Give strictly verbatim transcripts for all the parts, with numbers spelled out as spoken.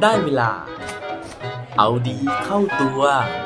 ได้เวลาเอาดีเข้าตัว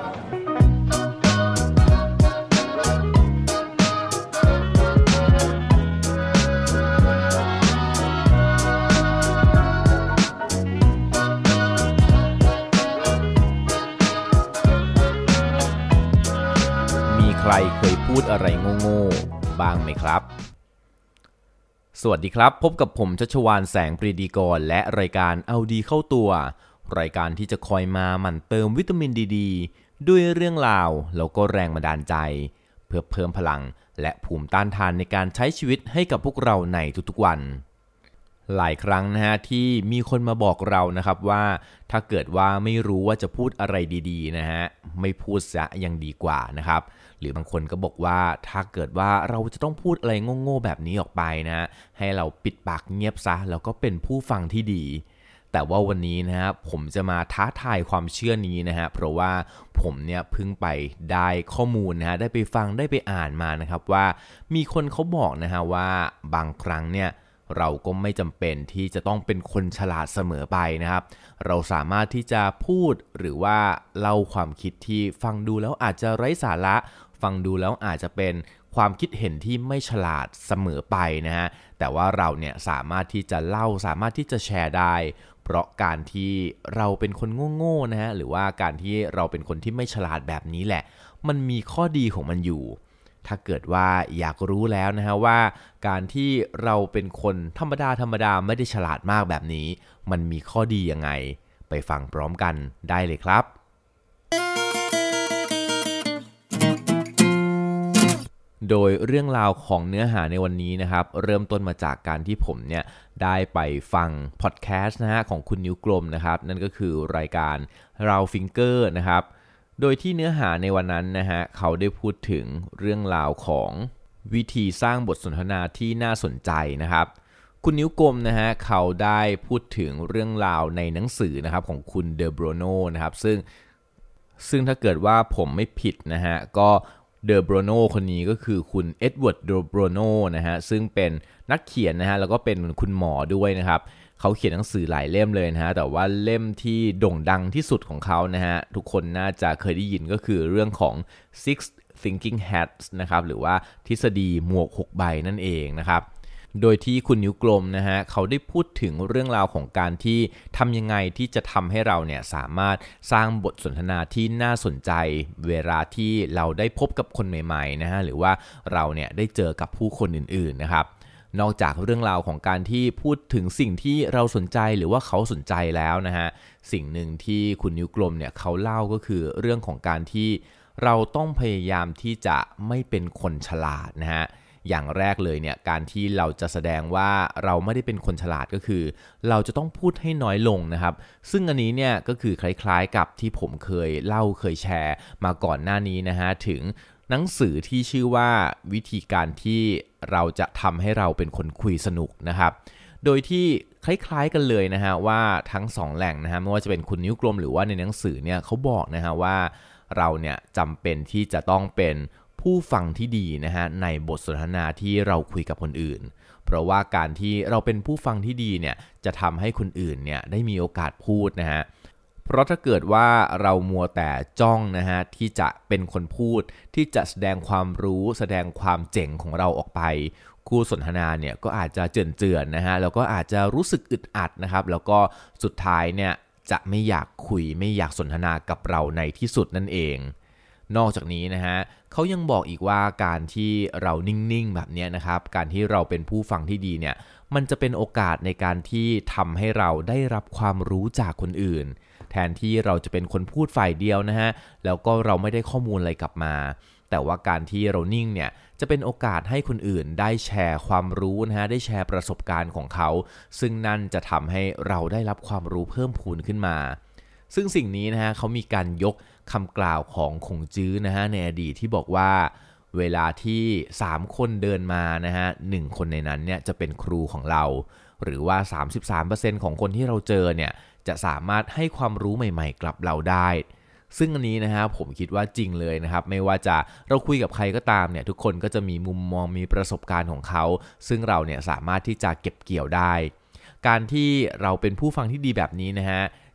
มีใครเคยพูดอะไรโง่ๆบ้างไหมครับสวัสดีครับพบกับผมชัชวาลแสงปรีดีกรและรายการเอาดีเข้าตัวรายการที่จะคอยมาหมั่นเติมวิตามินดีดด้วยเรื่องราวแล้วก็แรงบันดาลใจเพื่อเพิ่มพลังและภูมิต้านทานในการใช้ชีวิตให้กับพวกเราในทุกๆวันหลายครั้งนะฮะที่มีคนมาบอกเรานะครับว่าถ้าเกิดว่าไม่รู้ว่าจะพูดอะไรดีๆนะฮะไม่พูดซะยังดีกว่านะครับหรือบางคนก็บอกว่าถ้าเกิดว่าเราจะต้องพูดอะไรโง่ๆแบบนี้ออกไปนะฮะให้เราปิดปากเงียบซะแล้วก็เป็นผู้ฟังที่ดีแต่ว่าวันนี้นะฮะผมจะมาท้าทายความเชื่อนี้นะฮะเพราะว่าผมเนี่ยเพิ่งไปได้ข้อมูลนะฮะได้ไปฟังได้ไปอ่านมานะครับว่ามีคนเขาบอกนะฮะว่าบางครั้งเนี่ยเราก็ไม่จำเป็นที่จะต้องเป็นคนฉลาดเสมอไปนะครับเราสามารถที่จะพูดหรือว่าเล่าความคิดที่ฟังดูแล้วอาจจะไร้สาระฟังดูแล้วอาจจะเป็นความคิดเห็นที่ไม่ฉลาดเสมอไปนะฮะแต่ว่าเราเนี่ยสามารถที่จะเล่าสามารถที่จะแชร์ได้เพราะการที่เราเป็นคนโง่ๆนะฮะหรือว่าการที่เราเป็นคนที่ไม่ฉลาดแบบนี้แหละมันมีข้อดีของมันอยู่ถ้าเกิดว่าอยากรู้แล้วนะฮะว่าการที่เราเป็นคนธรรมดาธรรมดาไม่ได้ฉลาดมากแบบนี้มันมีข้อดียังไงไปฟังพร้อมกันได้เลยครับโดยเรื่องราวของเนื้อหาในวันนี้นะครับเริ่มต้นมาจากการที่ผมเนี่ยได้ไปฟังพอดแคสต์นะฮะของคุณนิ้วกลมนะครับนั่นก็คือรายการเราฟิงเกอร์นะครับโดยที่เนื้อหาในวันนั้นนะฮะเขาได้พูดถึงเรื่องราวของวิธีสร้างบทสนทนาที่น่าสนใจนะครับคุณนิ้วกลมนะฮะเขาได้พูดถึงเรื่องราวในหนังสือนะครับของคุณเดอโบรโนนะครับซึ่งซึ่งถ้าเกิดว่าผมไม่ผิดนะฮะก็เดอโบรโนคนนี้ก็คือคุณเอ็ดเวิร์ดเดอโบรโนนะฮะซึ่งเป็นนักเขียนนะฮะแล้วก็เป็นคุณหมอด้วยนะครับเขาเขียนหนังสือหลายเล่มเลยนะฮะแต่ว่าเล่มที่โด่งดังที่สุดของเขานะฮะทุกคนน่าจะเคยได้ยินก็คือเรื่องของ six thinking hats นะครับหรือว่าทฤษฎีหมวกหกใบนั่นเองนะครับโดยที่คุณนิ้วกลมนะฮะเขาได้พูดถึงเรื่องราวของการที่ทำยังไงที่จะทำให้เราเนี่ยสามารถสร้างบทสนทนาที่น่าสนใจเวลาที่เราได้พบกับคนใหม่ๆนะฮะหรือว่าเราเนี่ยได้เจอกับผู้คนอื่นๆนะครับนอกจากเรื่องราวของการที่พูดถึงสิ่งที่เราสนใจหรือว่าเขาสนใจแล้วนะฮะสิ่งหนึ่งที่คุณนิ้วกลมเนี่ยเขาเล่าก็คือเรื่องของการที่เราต้องพยายามที่จะไม่เป็นคนฉลาดนะฮะอย่างแรกเลยเนี่ยการที่เราจะแสดงว่าเราไม่ได้เป็นคนฉลาดก็คือเราจะต้องพูดให้น้อยลงนะครับซึ่งอันนี้เนี่ยก็คือคล้ายๆกับที่ผมเคยเล่าเคยแชร์มาก่อนหน้านี้นะฮะถึงหนังสือที่ชื่อว่าวิธีการที่เราจะทำให้เราเป็นคนคุยสนุกนะครับโดยที่คล้ายๆกันเลยนะฮะว่าทั้งสองแหล่งนะฮะไม่ว่าจะเป็นคุณนิ้วกลมหรือว่าในหนังสือเนี่ยเขาบอกนะฮะว่าเราเนี่ยจำเป็นที่จะต้องเป็นผู้ฟังที่ดีนะฮะในบทสนทนาที่เราคุยกับคนอื่นเพราะว่าการที่เราเป็นผู้ฟังที่ดีเนี่ยจะทำให้คนอื่นเนี่ยได้มีโอกาสพูดนะฮะเพราะถ้าเกิดว่าเรามัวแต่จ้องนะฮะที่จะเป็นคนพูดที่จะแสดงความรู้แสดงความเจ๋งของเราออกไปคู่สนทนาเนี่ยก็อาจจะเจือนๆนะฮะแล้วก็อาจจะรู้สึกอึดอัดนะครับแล้วก็สุดท้ายเนี่ยจะไม่อยากคุยไม่อยากสนทนากับเราในที่สุดนั่นเองนอกจากนี้นะฮะเขายังบอกอีกว่าการที่เรานิ่งๆแบบนี้นะครับการที่เราเป็นผู้ฟังที่ดีเนี่ยมันจะเป็นโอกาสในการที่ทำให้เราได้รับความรู้จากคนอื่นแทนที่เราจะเป็นคนพูดฝ่ายเดียวนะฮะแล้วก็เราไม่ได้ข้อมูลอะไรกลับมาแต่ว่าการที่เรานิ่งเนี่ยจะเป็นโอกาสให้คนอื่นได้แชร์ความรู้นะฮะได้แชร์ประสบการณ์ของเขาซึ่งนั่นจะทำให้เราได้รับความรู้เพิ่มพูนขึ้นมาซึ่งสิ่งนี้นะฮะเขามีการยกคำกล่าวของคงจื้อนะฮะในอดีตที่บอกว่าเวลาที่สามคนเดินมานะฮะหนึ่งคนในนั้นเนี่ยจะเป็นครูของเราหรือว่า สามสิบสามเปอร์เซ็นต์ ของคนที่เราเจอเนี่ยจะสามารถให้ความรู้ใหม่ๆกลับเราได้ซึ่งอันนี้นะฮะผมคิดว่าจริงเลยนะครับไม่ว่าจะเราคุยกับใครก็ตามเนี่ยทุกคนก็จะมีมุมมองมีประสบการณ์ของเขาซึ่งเราเนี่ยสามารถที่จะเก็บเกี่ยวได้การที่เราเป็นผู้ฟังที่ดีแบบนี้นะฮะ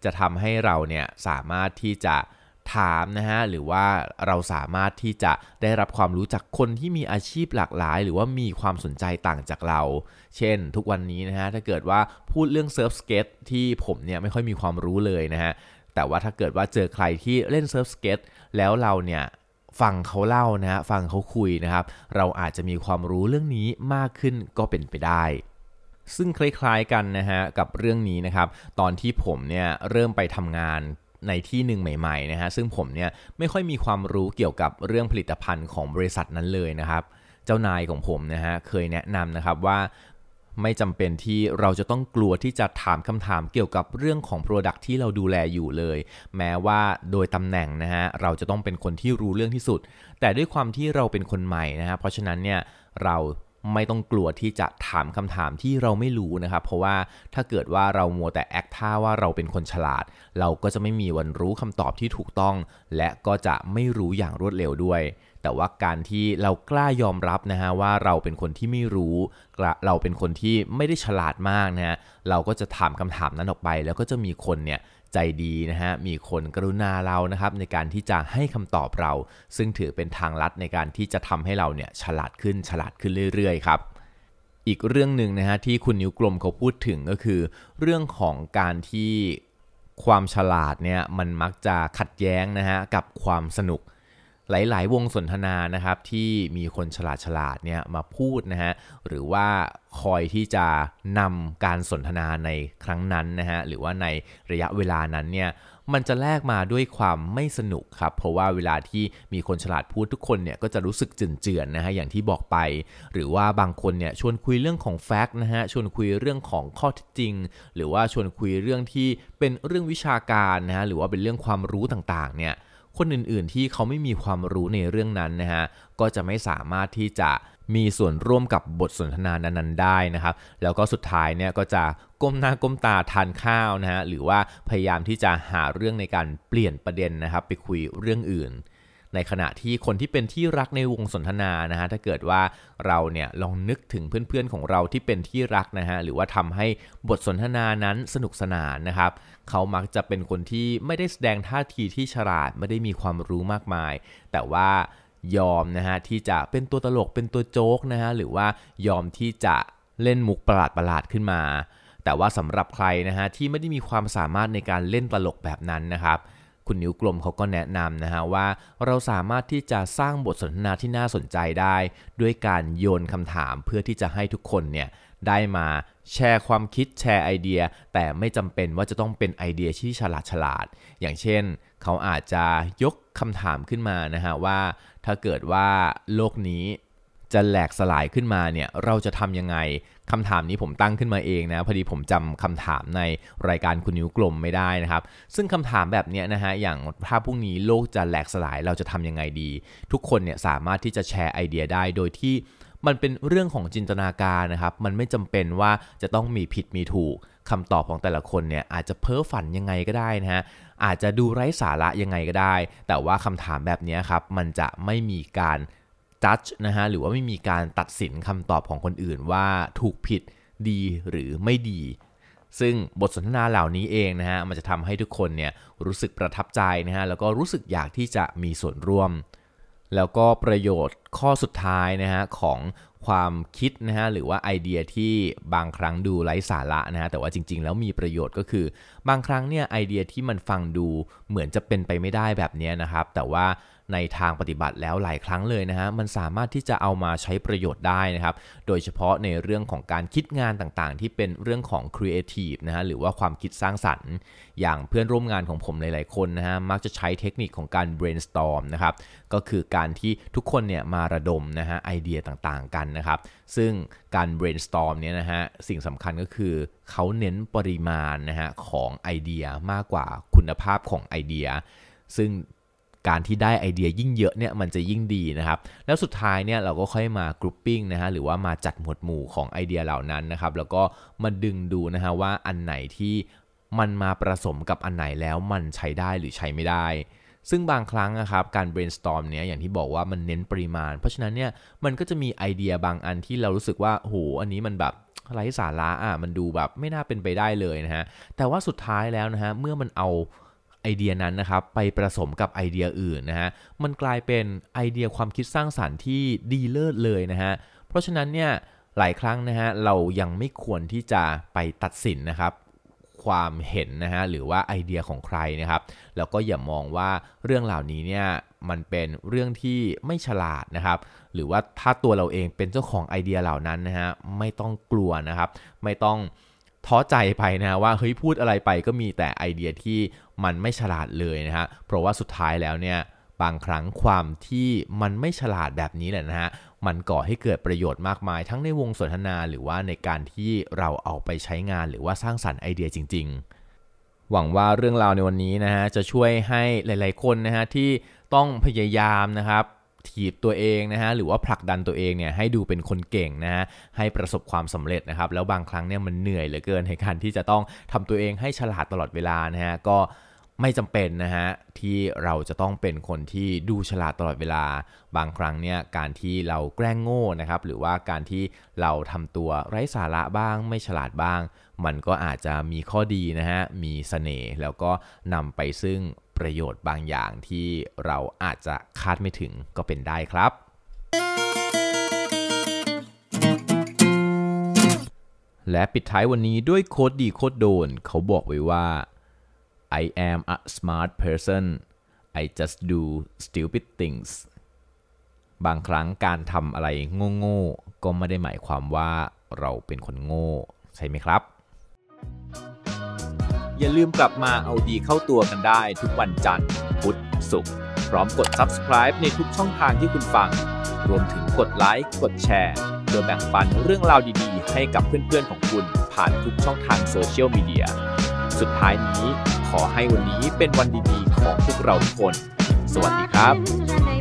จะทำให้เราเนี่ยสามารถที่จะถามนะฮะหรือว่าเราสามารถที่จะได้รับความรู้จากคนที่มีอาชีพหลากหลายหรือว่ามีความสนใจต่างจากเราเช่นทุกวันนี้นะฮะถ้าเกิดว่าพูดเรื่องเซิร์ฟสเก็ตที่ผมเนี่ยไม่ค่อยมีความรู้เลยนะฮะแต่ว่าถ้าเกิดว่าเจอใครที่เล่นเซิร์ฟสเก็ตแล้วเราเนี่ยฟังเขาเล่านะฮะฟังเขาคุยนะครับเราอาจจะมีความรู้เรื่องนี้มากขึ้นก็เป็นไปได้ซึ่งคล้ายๆกันนะฮะกับเรื่องนี้นะครับตอนที่ผมเนี่ยเริ่มไปทำงานในที่หนึ่งใหม่ๆนะฮะซึ่งผมเนี่ยไม่ค่อยมีความรู้เกี่ยวกับเรื่องผลิตภัณฑ์ของบริษัทนั้นเลยนะครับเจ้านายของผมนะฮะเคยแนะนำนะครับว่าไม่จำเป็นที่เราจะต้องกลัวที่จะถามคำถามเกี่ยวกับเรื่องของ Product ที่เราดูแลอยู่เลยแม้ว่าโดยตำแหน่งนะฮะเราจะต้องเป็นคนที่รู้เรื่องที่สุดแต่ด้วยความที่เราเป็นคนใหม่นะฮะเพราะฉะนั้นเนี่ยเราไม่ต้องกลัวที่จะถามคำถามที่เราไม่รู้นะครับเพราะว่าถ้าเกิดว่าเรามัวแต่แอคท่าว่าเราเป็นคนฉลาดเราก็จะไม่มีวันรู้คำตอบที่ถูกต้องและก็จะไม่รู้อย่างรวดเร็วด้วยแต่ว่าการที่เรากล้ายอมรับนะฮะว่าเราเป็นคนที่ไม่รู้เราเป็นคนที่ไม่ได้ฉลาดมากนะฮะเราก็จะถามคำถามนั้นออกไปแล้วก็จะมีคนเนี่ยใจดีนะฮะมีคนกรุณาเรานะครับในการที่จะให้คำตอบเราซึ่งถือเป็นทางลัดในการที่จะทำให้เราเนี่ยฉลาดขึ้นฉลาดขึ้นเรื่อยๆครับอีกเรื่องหนึ่งนะฮะที่คุณนิ้วกลมเขาพูดถึงก็คือเรื่องของการที่ความฉลาดเนี่ยมันมักจะขัดแย้งนะฮะกับความสนุกหลายๆวงสนทนานะครับที่มีคนฉลาดๆเนี่ยมาพูดนะฮะหรือว่าคอยที่จะนำการสนทนาในครั้งนั้นนะฮะหรือว่าในระยะเวลานั้นเนี่ยมันจะแลกมาด้วยความไม่สนุกครับเพราะว่าเวลาที่มีคนฉลาดพูดทุกคนเนี่ยก็จะรู้สึกเจือนๆนะฮะอย่างที่บอกไปหรือว่าบางคนเนี่ยชวนคุยเรื่องของแฟกต์นะฮะชวนคุยเรื่องของข้อเท็จจริงหรือว่าชวนคุยเรื่องที่เป็นเรื่องวิชาการนะฮะหรือว่าเป็นเรื่องความรู้ต่างๆเนี่ยคนอื่นๆที่เขาไม่มีความรู้ในเรื่องนั้นนะฮะก็จะไม่สามารถที่จะมีส่วนร่วมกับบทสนทนานั้นๆได้นะครับแล้วก็สุดท้ายเนี่ยก็จะก้มหน้าก้มตาทานข้าวนะฮะหรือว่าพยายามที่จะหาเรื่องในการเปลี่ยนประเด็นนะครับไปคุยเรื่องอื่นในขณะที่คนที่เป็นที่รักในวงสนทนานะฮะถ้าเกิดว่าเราเนี่ยลองนึกถึงเพื่อนๆของเราที่เป็นที่รักนะฮะหรือว่าทำให้บทสนทนานั้นสนุกสนานนะครับเขามักจะเป็นคนที่ไม่ได้แสดงท่าทีที่ฉลาดไม่ได้มีความรู้มากมายแต่ว่ายอมนะฮะที่จะเป็นตัวตลกเป็นตัวโจ๊กนะฮะหรือว่ายอมที่จะเล่นมุกประหลาดๆขึ้นมาแต่ว่าสำหรับใครนะฮะที่ไม่ได้มีความสามารถในการเล่นตลกแบบนั้นนะครับคุณนิ้วกลมเขาก็แนะนำนะฮะว่าเราสามารถที่จะสร้างบทสนทนาที่น่าสนใจได้ด้วยการโยนคำถามเพื่อที่จะให้ทุกคนเนี่ยได้มาแชร์ความคิดแชร์ไอเดียแต่ไม่จำเป็นว่าจะต้องเป็นไอเดียที่ฉลาดฉลาดอย่างเช่นเขาอาจจะยกคำถามขึ้นมานะฮะว่าถ้าเกิดว่าโลกนี้จะแหลกสลายขึ้นมาเนี่ยเราจะทำยังไงคำถามนี้ผมตั้งขึ้นมาเองนะพอดีผมจำคำถามในรายการคุณนิ้วกลมไม่ได้นะครับซึ่งคำถามแบบนี้นะฮะอย่างถ้าพรุ่งนี้โลกจะแหลกสลายเราจะทำยังไงดีทุกคนเนี่ยสามารถที่จะแชร์ไอเดียได้โดยที่มันเป็นเรื่องของจินตนาการนะครับมันไม่จำเป็นว่าจะต้องมีผิดมีถูกคำตอบของแต่ละคนเนี่ยอาจจะเพ้อฝันยังไงก็ได้นะฮะอาจจะดูไร้สาระยังไงก็ได้แต่ว่าคำถามแบบนี้ครับมันจะไม่มีการจัดนะฮะหรือว่าไม่มีการตัดสินคำตอบของคนอื่นว่าถูกผิดดีหรือไม่ดีซึ่งบทสนทนาเหล่านี้เองนะฮะมันจะทำให้ทุกคนเนี่ยรู้สึกประทับใจนะฮะแล้วก็รู้สึกอยากที่จะมีส่วนร่วมแล้วก็ประโยชน์ข้อสุดท้ายนะฮะของความคิดนะฮะหรือว่าไอเดียที่บางครั้งดูไร้สาระนะฮะแต่ว่าจริงๆแล้วมีประโยชน์ก็คือบางครั้งเนี่ยไอเดียที่มันฟังดูเหมือนจะเป็นไปไม่ได้แบบนี้นะครับแต่ว่าในทางปฏิบัติแล้วหลายครั้งเลยนะฮะมันสามารถที่จะเอามาใช้ประโยชน์ได้นะครับโดยเฉพาะในเรื่องของการคิดงานต่างๆที่เป็นเรื่องของ creative นะฮะหรือว่าความคิดสร้างสรรค์อย่างเพื่อนร่วมงานของผมหลายๆคนนะฮะมักจะใช้เทคนิคของการ brainstorm นะครับก็คือการที่ทุกคนเนี่ยมาระดมนะฮะไอเดียต่างๆกันนะครับซึ่งการ brainstorm เนี่ยนะฮะสิ่งสำคัญก็คือเขาเน้นปริมาณนะฮะของไอเดียมากกว่าคุณภาพของไอเดียซึ่งการที่ได้ไอเดียยิ่งเยอะเนี่ยมันจะยิ่งดีนะครับแล้วสุดท้ายเนี่ยเราก็ค่อยมากรุ๊ปปิ้งนะฮะหรือว่ามาจัดหมวดหมู่ของไอเดียเหล่านั้นนะครับแล้วก็มาดึงดูนะฮะว่าอันไหนที่มันมาผสมกับอันไหนแล้วมันใช้ได้หรือใช้ไม่ได้ซึ่งบางครั้งนะครับการ brainstorm เนี่ยอย่างที่บอกว่ามันเน้นปริมาณเพราะฉะนั้นเนี่ยมันก็จะมีไอเดียบางอันที่เรารู้สึกว่าโหอันนี้มันแบบไร้สาระอ่ะมันดูแบบไม่น่าเป็นไปได้เลยนะฮะแต่ว่าสุดท้ายแล้วนะฮะเมื่อมันเอาไอเดียนั้นนะครับไปผสมกับไอเดียอื่นนะฮะมันกลายเป็นไอเดียความคิดสร้างสรรค์ที่ดีเลิศเลยนะฮะเพราะฉะนั้นเนี่ยหลายครั้งนะฮะเรายังไม่ควรที่จะไปตัดสินนะครับความเห็นนะฮะหรือว่าไอเดียของใครนะครับแล้วก็อย่ามองว่าเรื่องเหล่านี้เนี่ยมันเป็นเรื่องที่ไม่ฉลาดนะครับหรือว่าถ้าตัวเราเองเป็นเจ้าของไอเดียเหล่านั้นนะฮะไม่ต้องกลัวนะครับไม่ต้องท้อใจไปนะว่าเฮ้ยพูดอะไรไปก็มีแต่ไอเดียที่มันไม่ฉลาดเลยนะฮะเพราะว่าสุดท้ายแล้วเนี่ยบางครั้งความที่มันไม่ฉลาดแบบนี้แหละนะฮะมันก่อให้เกิดประโยชน์มากมายทั้งในวงสนทนาหรือว่าในการที่เราเอาไปใช้งานหรือว่าสร้างสรรค์ไอเดียจริงๆหวังว่าเรื่องราวในวันนี้นะฮะจะช่วยให้หลายๆคนนะฮะที่ต้องพยายามนะครับถีบตัวเองนะฮะหรือว่าผลักดันตัวเองเนี่ยให้ดูเป็นคนเก่งนะฮะให้ประสบความสำเร็จนะครับแล้วบางครั้งเนี่ยมันเหนื่อยเหลือเกินในการที่จะต้องทำตัวเองให้ฉลาดตลอดเวลานะฮะก็ไม่จำเป็นนะฮะที่เราจะต้องเป็นคนที่ดูฉลาดตลอดเวลาบางครั้งเนี่ยการที่เราแกล้งโง่นะครับหรือว่าการที่เราทำตัวไร้สาระบ้างไม่ฉลาดบ้างมันก็อาจจะมีข้อดีนะฮะมีเสน่ห์แล้วก็นำไปซึ่งประโยชน์บางอย่างที่เราอาจจะคาดไม่ถึงก็เป็นได้ครับและปิดท้ายวันนี้ด้วยโค้ดดีโค้ดโดนเขาบอกไว้ว่าI am a smart person. I just do stupid things. บางครั้งการทำอะไรโง่ๆก็ไม่ได้หมายความว่าเราเป็นคนโง่ใช่ไหมครับอย่าลืมกลับมาเอาดีเข้าตัวกันได้ทุกวันจันทร์พุธศุกร์พร้อมกด Subscribe ในทุกช่องทางที่คุณฟังรวมถึงกดไลค์กดแชร์โดยแบ่งปันเรื่องราวดีๆให้กับเพื่อนๆของคุณผ่านทุกช่องทางโซเชียลมีเดียสุดท้ายนี้ขอให้วันนี้เป็นวันดีๆของพวกเราทุกคนสวัสดีครับ